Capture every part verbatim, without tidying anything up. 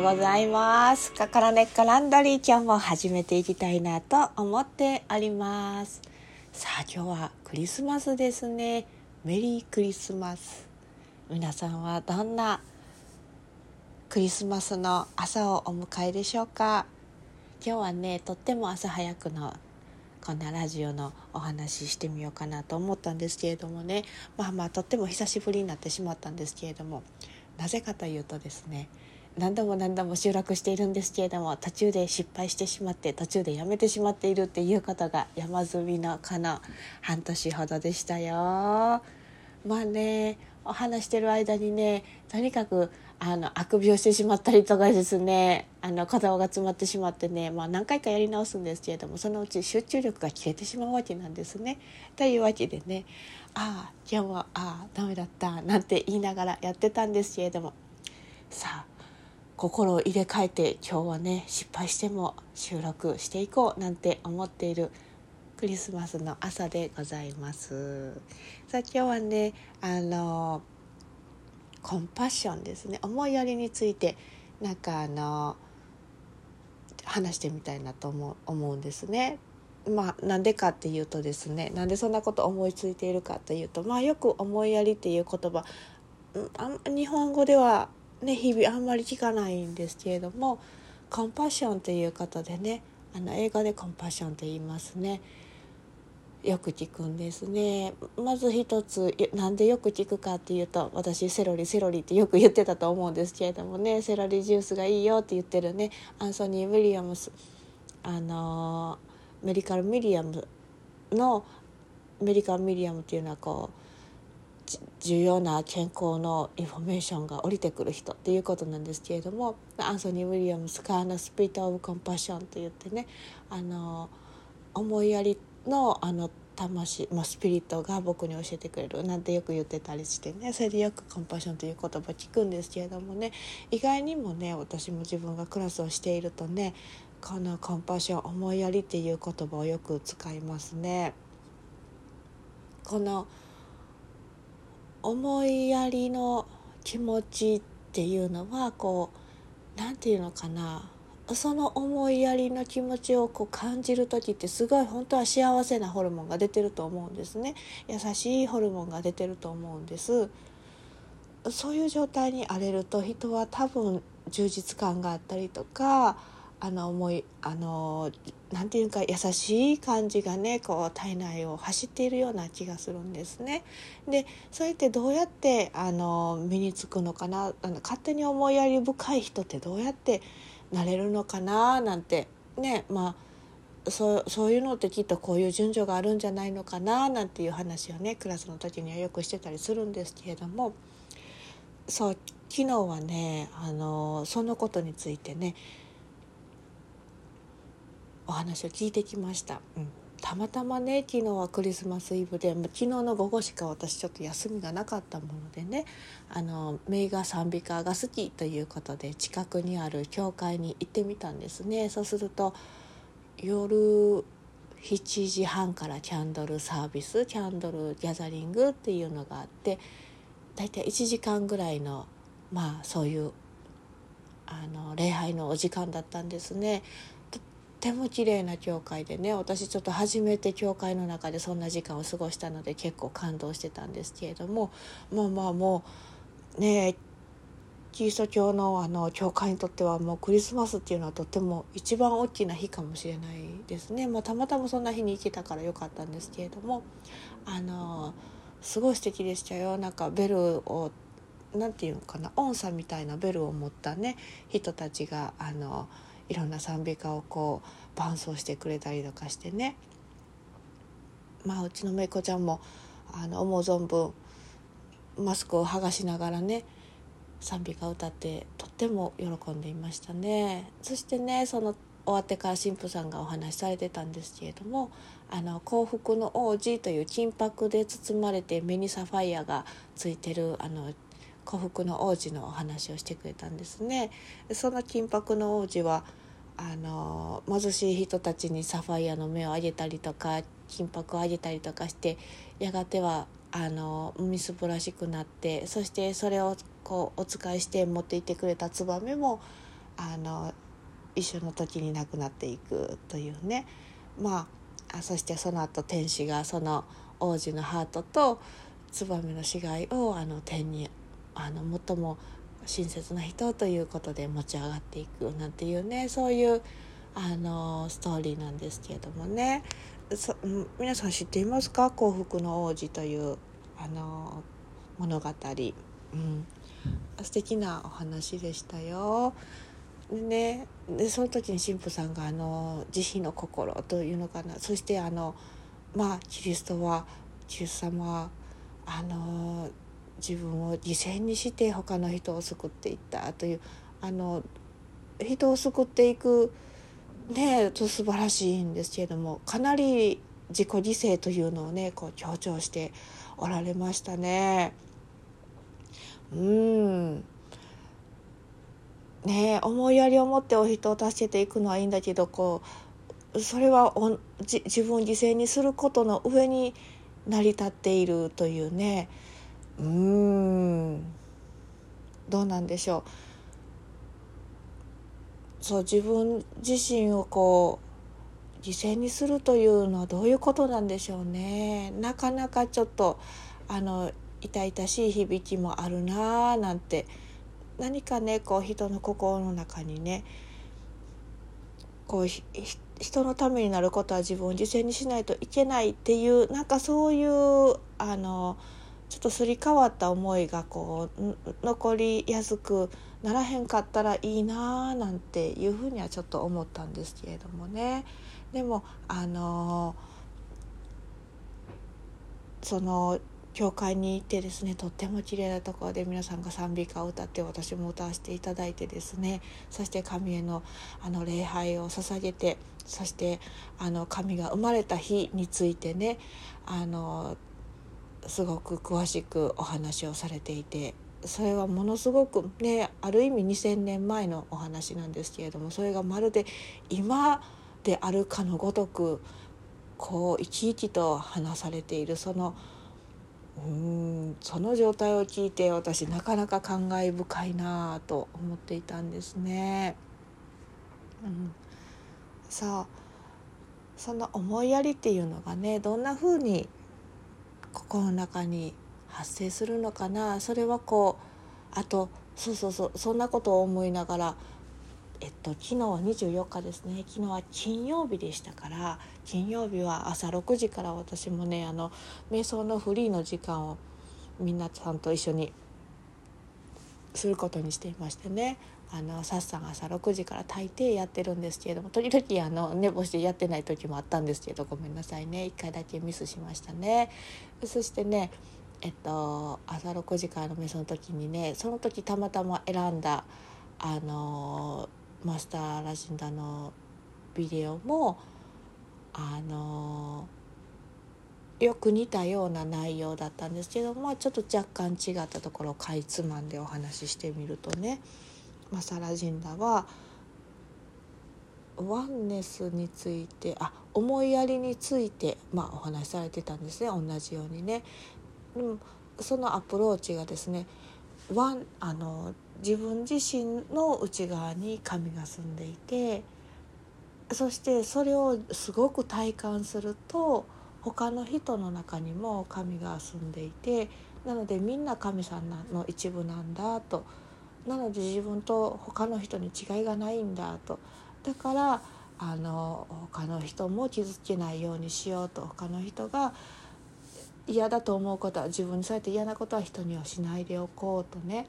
ございます。カカラネッカランドリー、今日も始めていきたいなと思っております。さあ今日はクリスマスですね。メリークリスマス。皆さんはどんなクリスマスの朝をお迎えでしょうか。今日はねとっても朝早くのこんなラジオのお話ししてみようかなと思ったんですけれどもね、まあまあとっても久しぶりになってしまったんですけれども、なぜかというとですね、何度も何度も収録しているんですけれども、途中で失敗してしまって途中でやめてしまっているっていうことが山積みのこの半年ほどでしたよ。まあね、お話してる間にね、とにかくあのあくびをしてしまったりとかですね、あの子供が詰まってしまってね、まあ、何回かやり直すんですけれども、そのうち集中力が切れてしまうわけなんですね。というわけでね、ああ今日はああダメだったなんて言いながらやってたんですけれども、さあ心を入れ替えて今日はね失敗しても収録していこうなんて思っているクリスマスの朝でございます。さあ今日はねあのコンパッションですね、思いやりについてなんかあの話してみたいなと思う、思うんですね。まあなんでかっていうとですね、なんでそんなこと思いついているかというと、まあよく思いやりっていう言葉、あ日本語ではね日々あんまり聞かないんですけれども、コンパッションということでね、あの映画でコンパッションと言いますね。よく聞くんですね。まず一つ、なんでよく聞くかっていうと、私セロリセロリってよく言ってたと思うんですけれどもね、セロリジュースがいいよって言ってるねアンソニー・ウィリアムス、あのメディカル・ミリアムのメディカル・ミリアムっていうのはこう重要な健康のインフォメーションが降りてくる人っていうことなんですけれども、アンソニー・ウィリアムスからのスピリット・オブ・コンパッションといってね、あの思いやりのあの魂、まあ、スピリットが僕に教えてくれるなんてよく言ってたりしてね、それでよくコンパッションという言葉聞くんですけれどもね、意外にもね私も自分がクラスをしているとね、このコンパッション、思いやりっていう言葉をよく使いますね。この思いやりの気持ちっていうのはこうなんていうのかな、その思いやりの気持ちをこう感じる時ってすごい本当は幸せなホルモンが出てると思うんですね。優しいホルモンが出てると思うんです。そういう状態にあれると人は多分充実感があったりとか、あの思いあのなんていうか優しい感じがねこう体内を走っているような気がするんですね。でそれってどうやってあの身につくのかな、あの勝手に思いやり深い人ってどうやってなれるのかななんてね、まあそう、そういうのってきっとこういう順序があるんじゃないのかななんていう話をねクラスの時にはよくしてたりするんですけれども、そう昨日はねあのそのことについてねお話を聞いてきました、うん、たまたまね昨日はクリスマスイブで、昨日の午後しか私ちょっと休みがなかったものでね、あの名画賛美歌が好きということで近くにある教会に行ってみたんですね。そうすると夜しちじはんからキャンドルサービス、キャンドルギャザリングっていうのがあって、だいたいいちじかんぐらいのまあそういうあの礼拝のお時間だったんですね。とっても綺麗な教会でね、私ちょっと初めて教会の中でそんな時間を過ごしたので結構感動してたんですけれども、まあまあもうねキリスト教のあの教会にとってはもうクリスマスっていうのはとっても一番大きな日かもしれないですね。まあ、たまたまそんな日に行けたからよかったんですけれども、あのすごい素敵でしたよ。なんかベルをなんていうのかな、音叉みたいなベルを持ったね人たちがあのいろんな賛美歌をこう伴奏してくれたりとかしてね、まあうちのめいこちゃんもあの思う存分マスクを剥がしながらね賛美歌を歌ってとっても喜んでいましたね。そしてねその終わってから神父さんがお話しされてたんですけれども、あの幸福の王子という金箔で包まれて目にサファイアがついてるあの幸福の王子のお話をしてくれたんですね。その金箔の王子はあの貧しい人たちにサファイアの目をあげたりとか金箔をあげたりとかして、やがてはあのみすぼらしくなって、そしてそれをこうお使いして持っていってくれたツバメもあの一緒の時に亡くなっていくというね、まあ、そしてその後天使がその王子のハートと燕の死骸をあの天にあの最も親切な人ということで持ち上がっていくなんていうね、そういうあのストーリーなんですけれどもね。そ皆さん知っていますか？幸福の王子というあの物語、うん、素敵なお話でしたよ。でね、でその時に神父さんがあの慈悲の心というのかな、そしてあのまあキリストはキリスト様はあの自分を犠牲にして他の人を救っていったという、あの人を救っていくねと素晴らしいんですけれども、かなり自己犠牲というのをねこう強調しておられましたね。うんね、思いやりを持ってお人を助けていくのはいいんだけど、こうそれはおじ自分を犠牲にすることの上に成り立っているというね、うーんどうなんでしょう。そう自分自身をこう犠牲にするというのはどういうことなんでしょうね。なかなかちょっとあの痛々しい響きもあるななんて、何かねこう人の心の中にねこう人のためになることは自分を犠牲にしないといけないっていう、なんかそういうあのちょっとすり替わった思いがこう残りやすくならへんかったらいいななんていうふうにはちょっと思ったんですけれどもね。でもあのその教会に行ってですね、とっても綺麗なところで皆さんが賛美歌を歌って、私も歌わせていただいてですね、そして神へのあの礼拝を捧げて、そしてあの神が生まれた日についてね、あのすごく詳しくお話をされていて、それはものすごくね、ある意味にせんねんまえのお話なんですけれども、それがまるで今であるかのごとくこう生き生きと話されている、そのうーんその状態を聞いて、私なかなか感慨深いなと思っていたんですね。うん、さあその思いやりっていうのがね、どんな風に心の中に発生するのかな。それはこうあとそうそうそうそんなことを思いながら、えっと、昨日はにじゅうよっかですね。昨日は金曜日でしたから、金曜日は朝ろくじから私もねあの瞑想のフリーの時間をみんなさんと一緒にすることにしていましてね、あのサッさんが朝ろくじから大抵やってるんですけれども、時々あの寝坊してやってない時もあったんですけど、ごめんなさいね、いっかいだけミスしましたね。そしてねえっと朝ろくじからの瞑想の時にね、その時たまたま選んだあのマスターラジンダのビデオもあのよく似たような内容だったんですけども、ちょっと若干違ったところをかいつまんでお話ししてみるとね、マサラジンダはワンネスについてあ思いやりについて、まあ、お話しされてたんですね、同じようにね。でもそのアプローチがですね、ワンあの自分自身の内側に神が住んでいて、そしてそれをすごく体感すると他の人の中にも神が住んでいて、なのでみんな神さんの一部なんだと、なので自分と他の人に違いがないんだと、だからあの他の人も傷つけないようにしようと、他の人が嫌だと思うことは、自分にそうやって嫌なことは人にはしないでおこうとね。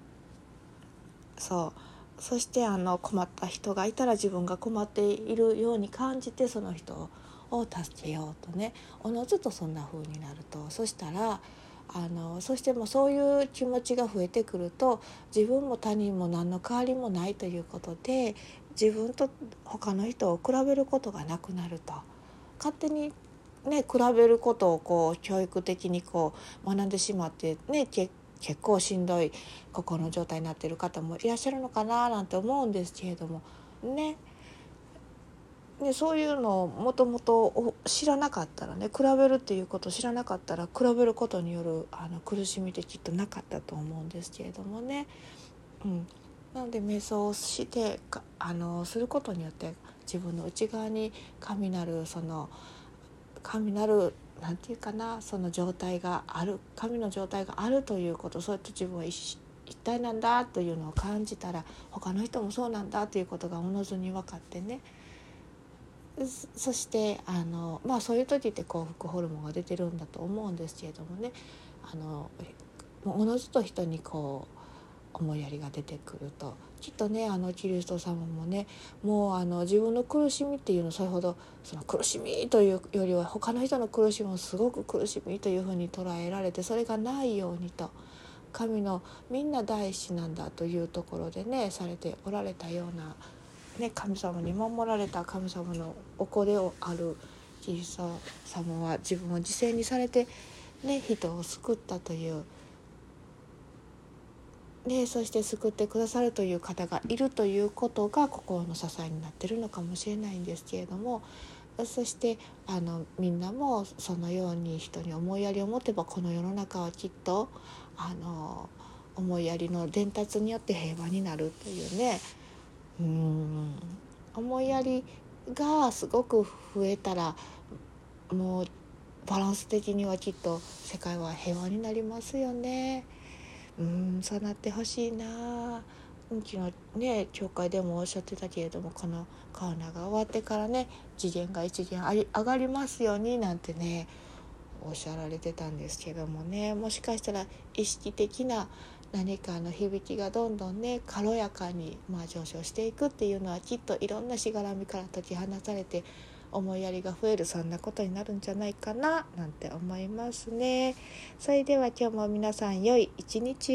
そうそしてあの困った人がいたら自分が困っているように感じて、その人を助けようとね、おのずとそんな風になると、そしたらあのそしてもうそういう気持ちが増えてくると、自分も他人も何の変わりもないということで、自分と他の人を比べることがなくなると、勝手にね比べることをこう教育的にこう学んでしまってね、結結構しんどい心の状態になっている方もいらっしゃるのかななんて思うんですけれどもね。でそういうのをもともと知らなかったらね、比べるっていうことを知らなかったら、比べることによるあの苦しみってきっとなかったと思うんですけれどもね、うん、 なので瞑想をしてあのすることによって自分の内側に神なるその神なるなんていうかな、その状態がある、神の状態があるということ、それと自分は一一体なんだというのを感じたら、他の人もそうなんだということがおのずに分かってね、そしてあの、まあ、そういう時って幸福ホルモンが出てるんだと思うんですけれどもね、あのおのずと人にこう思いやりが出てくると、きっとねあのキリスト様もね、もうあの自分の苦しみっていうのをそれほどその苦しみというよりは他の人の苦しみをすごく苦しみというふうに捉えられて、それがないようにと、神のみんな第一なんだというところでねされておられたような、ね、神様に守られた神様のお子であるキリスト様は自分を犠牲にされて、ね、人を救ったというで、そして救ってくださるという方がいるということが心の支えになっているのかもしれないんですけれども、そしてあのみんなもそのように人に思いやりを持てば、この世の中はきっとあの思いやりの伝達によって平和になるというね、うーん思いやりがすごく増えたら、もうバランス的にはきっと世界は平和になりますよね。うん、そうなってほしいな。うちのね教会でもおっしゃってたけれども、このコロナが終わってからね次元が一元あり上がりますようになんてねおっしゃられてたんですけどもね、もしかしたら意識的な何かの響きがどんどんね軽やかにまあ上昇していくっていうのは、きっといろんなしがらみから解き放されて思いやりが増える、そんなことになるんじゃないかななんて思いますね。それでは今日も皆さん良い一日